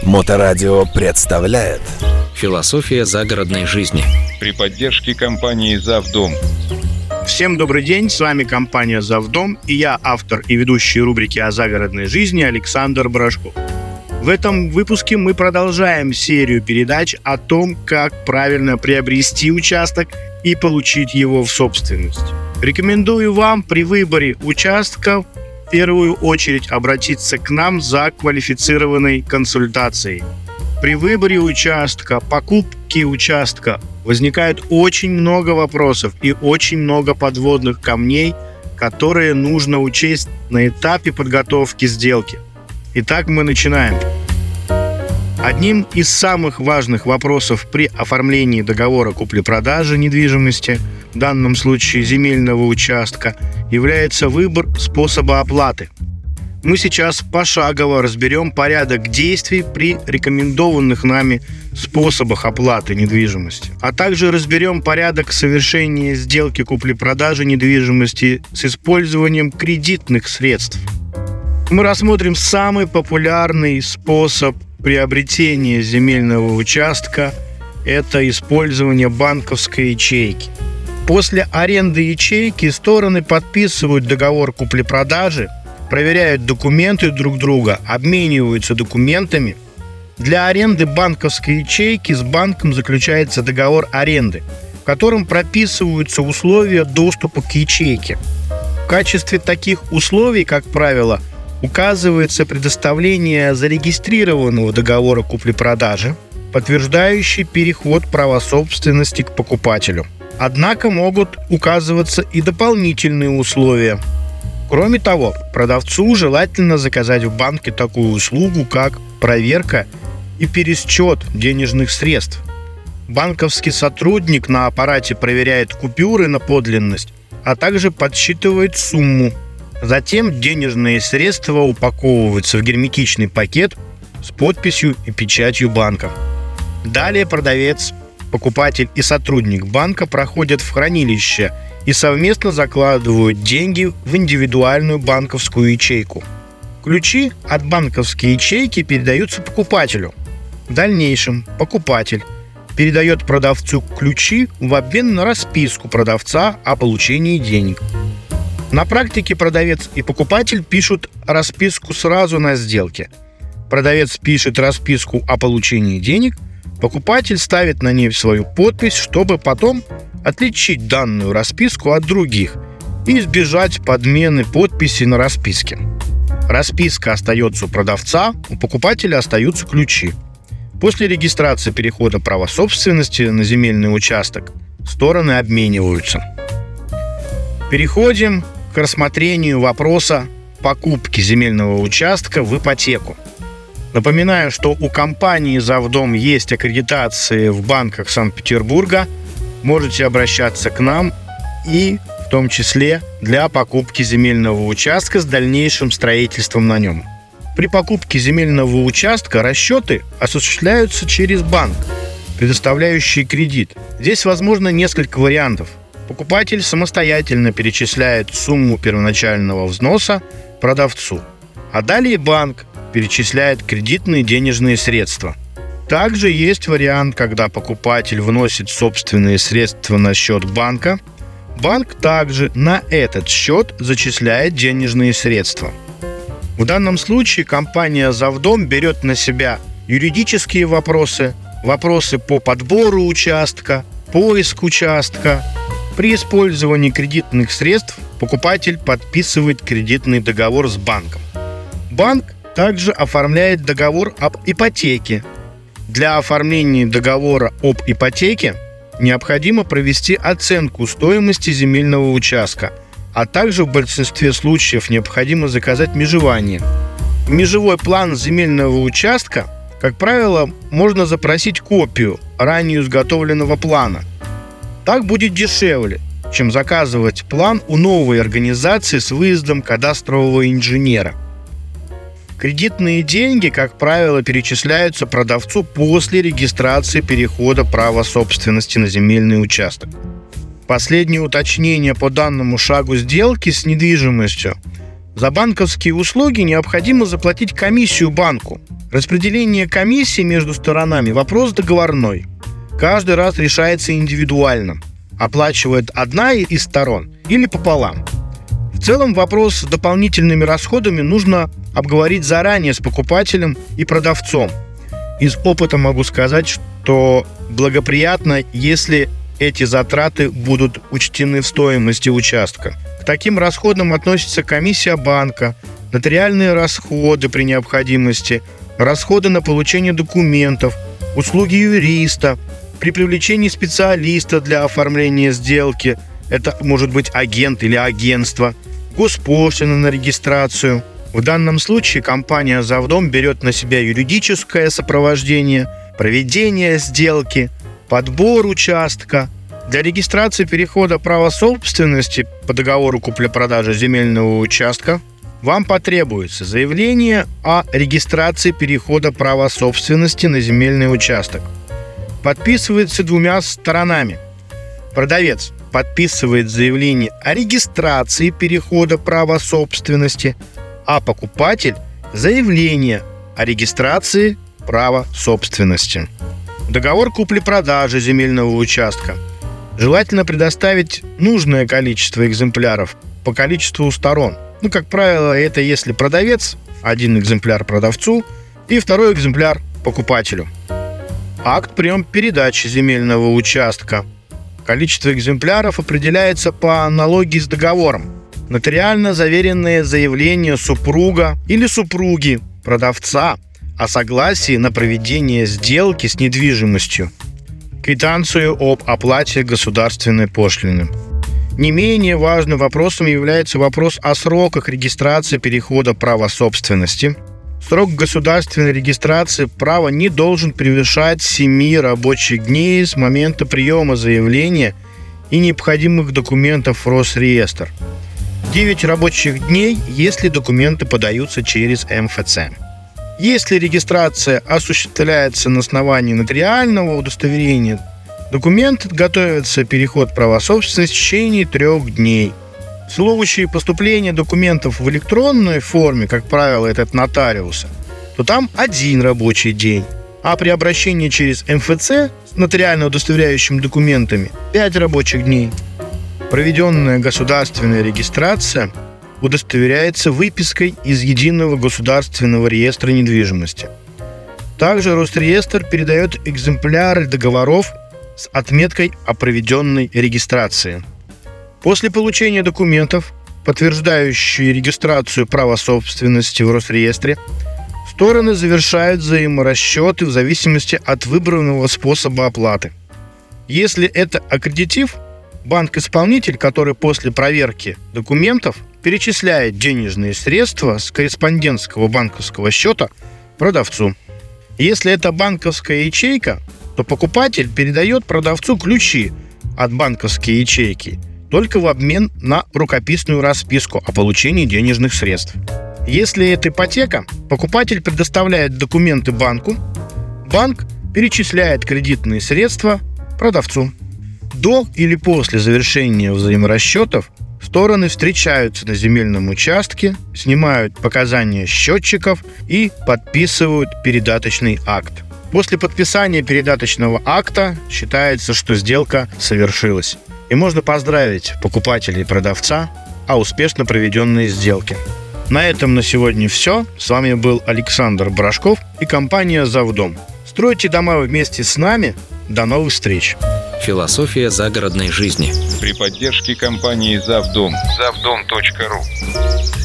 Моторадио представляет Философия загородной жизни при поддержке компании «Завдом». Всем добрый день, с вами компания «Завдом» и я, автор и ведущий рубрики о загородной жизни Александр Брашков. В этом выпуске мы продолжаем серию передач о том, как правильно приобрести участок и получить его в собственность. Рекомендую вам при выборе участка в первую очередь обратиться к нам за квалифицированной консультацией. При выборе участка, покупке участка возникает очень много вопросов и очень много подводных камней, которые нужно учесть на этапе подготовки сделки. Итак, мы начинаем. Одним из самых важных вопросов при оформлении договора купли-продажи недвижимости, в данном случае земельного участка, является выбор способа оплаты. Мы сейчас пошагово разберем порядок действий при рекомендованных нами способах оплаты недвижимости, а также разберем порядок совершения сделки купли-продажи недвижимости с использованием кредитных средств. Мы рассмотрим самый популярный способ приобретения земельного участка – это использование банковской ячейки. После аренды ячейки стороны подписывают договор купли-продажи, проверяют документы друг друга, обмениваются документами. Для аренды банковской ячейки с банком заключается договор аренды, в котором прописываются условия доступа к ячейке. В качестве таких условий, как правило, указывается предоставление зарегистрированного договора купли-продажи, подтверждающий переход права собственности к покупателю. Однако могут указываться и дополнительные условия. Кроме того, продавцу желательно заказать в банке такую услугу, как проверка и пересчет денежных средств. Банковский сотрудник на аппарате проверяет купюры на подлинность, а также подсчитывает сумму. Затем денежные средства упаковываются в герметичный пакет с подписью и печатью банка. Далее продавец, покупатель и сотрудник банка проходят в хранилище и совместно закладывают деньги в индивидуальную банковскую ячейку. Ключи от банковской ячейки передаются покупателю. В дальнейшем покупатель передает продавцу ключи в обмен на расписку продавца о получении денег. На практике продавец и покупатель пишут расписку сразу на сделке. Продавец пишет расписку о получении денег, покупатель ставит на ней свою подпись, чтобы потом отличить данную расписку от других и избежать подмены подписи на расписке. Расписка остается у продавца, у покупателя остаются ключи. После регистрации перехода права собственности на земельный участок стороны обмениваются. Переходим к рассмотрению вопроса покупки земельного участка в ипотеку. Напоминаю, что у компании «Завдом» есть аккредитации в банках Санкт-Петербурга. Можете обращаться к нам и в том числе для покупки земельного участка с дальнейшим строительством на нем. При покупке земельного участка расчеты осуществляются через банк, предоставляющий кредит. Здесь возможно несколько вариантов. Покупатель самостоятельно перечисляет сумму первоначального взноса продавцу, а далее банк перечисляет кредитные денежные средства. Также есть вариант, когда покупатель вносит собственные средства на счет банка. Банк также на этот счет зачисляет денежные средства. В данном случае компания «Завдом» берет на себя юридические вопросы, вопросы по подбору участка, поиск участка. При использовании кредитных средств покупатель подписывает кредитный договор с банком. Банк также оформляет договор об ипотеке. Для оформления договора об ипотеке необходимо провести оценку стоимости земельного участка, а также в большинстве случаев необходимо заказать межевание. Межевой план земельного участка, как правило, можно запросить копию ранее изготовленного плана. Так будет дешевле, чем заказывать план у новой организации с выездом кадастрового инженера. Кредитные деньги, как правило, перечисляются продавцу после регистрации перехода права собственности на земельный участок. Последнее уточнение по данному шагу сделки с недвижимостью За банковские услуги необходимо заплатить комиссию банку. Распределение комиссии между сторонами – вопрос договорной. Каждый раз решается индивидуально. Оплачивает одна из сторон или пополам. В целом вопрос с дополнительными расходами нужно обговорить заранее с покупателем и продавцом. Из опыта могу сказать, что благоприятно, если эти затраты будут учтены в стоимости участка. К таким расходам относится комиссия банка, нотариальные расходы при необходимости, расходы на получение документов, услуги юриста, при привлечении специалиста для оформления сделки, это может быть агент или агентство, госпошлина на регистрацию. В данном случае компания «Завдом» берет на себя юридическое сопровождение, проведение сделки, подбор участка. Для регистрации перехода права собственности по договору купли-продажи земельного участка вам потребуется заявление о регистрации перехода права собственности на земельный участок. Подписывается двумя сторонами. Продавец подписывает заявление о регистрации перехода права собственности, а покупатель – заявление о регистрации права собственности. Договор купли-продажи земельного участка. Желательно предоставить нужное количество экземпляров по количеству сторон. Как правило, это если продавец, один экземпляр продавцу и второй экземпляр покупателю. Акт прием-передачи земельного участка. Количество экземпляров определяется по аналогии с договором. Нотариально заверенное заявление супруга или супруги продавца о согласии на проведение сделки с недвижимостью. Квитанцию об оплате государственной пошлины. Не менее важным вопросом является вопрос о сроках регистрации перехода права собственности. Срок государственной регистрации права не должен превышать 7 рабочих дней с момента приема заявления и необходимых документов в Росреестр. 9 рабочих дней, если документы подаются через МФЦ. Если регистрация осуществляется на основании нотариального удостоверения, документ готовится переход права собственности в течение 3 дней. В случае поступления документов в электронной форме, как правило, это от нотариуса, то там 1 рабочий день, а при обращении через МФЦ с нотариально удостоверяющими документами 5 рабочих дней. Проведенная государственная регистрация удостоверяется выпиской из Единого государственного реестра недвижимости. Также Росреестр передает экземпляры договоров с отметкой о проведенной регистрации. После получения документов, подтверждающих регистрацию права собственности в Росреестре, стороны завершают взаиморасчеты в зависимости от выбранного способа оплаты. Если это аккредитив, банк-исполнитель, который после проверки документов перечисляет денежные средства с корреспондентского банковского счета продавцу. Если это банковская ячейка, то покупатель передает продавцу ключи от банковской ячейки только в обмен на рукописную расписку о получении денежных средств. Если это ипотека, покупатель предоставляет документы банку, банк перечисляет кредитные средства продавцу. До или после завершения взаиморасчетов стороны встречаются на земельном участке, снимают показания счетчиков и подписывают передаточный акт. После подписания передаточного акта считается, что сделка совершилась. И можно поздравить покупателя и продавца о успешно проведенной сделке. На этом на сегодня все. С вами был Александр Брашков и компания «Завдом». Стройте дома вместе с нами. До новых встреч. Философия загородной жизни. При поддержке компании «Завдом». Завдом.ру.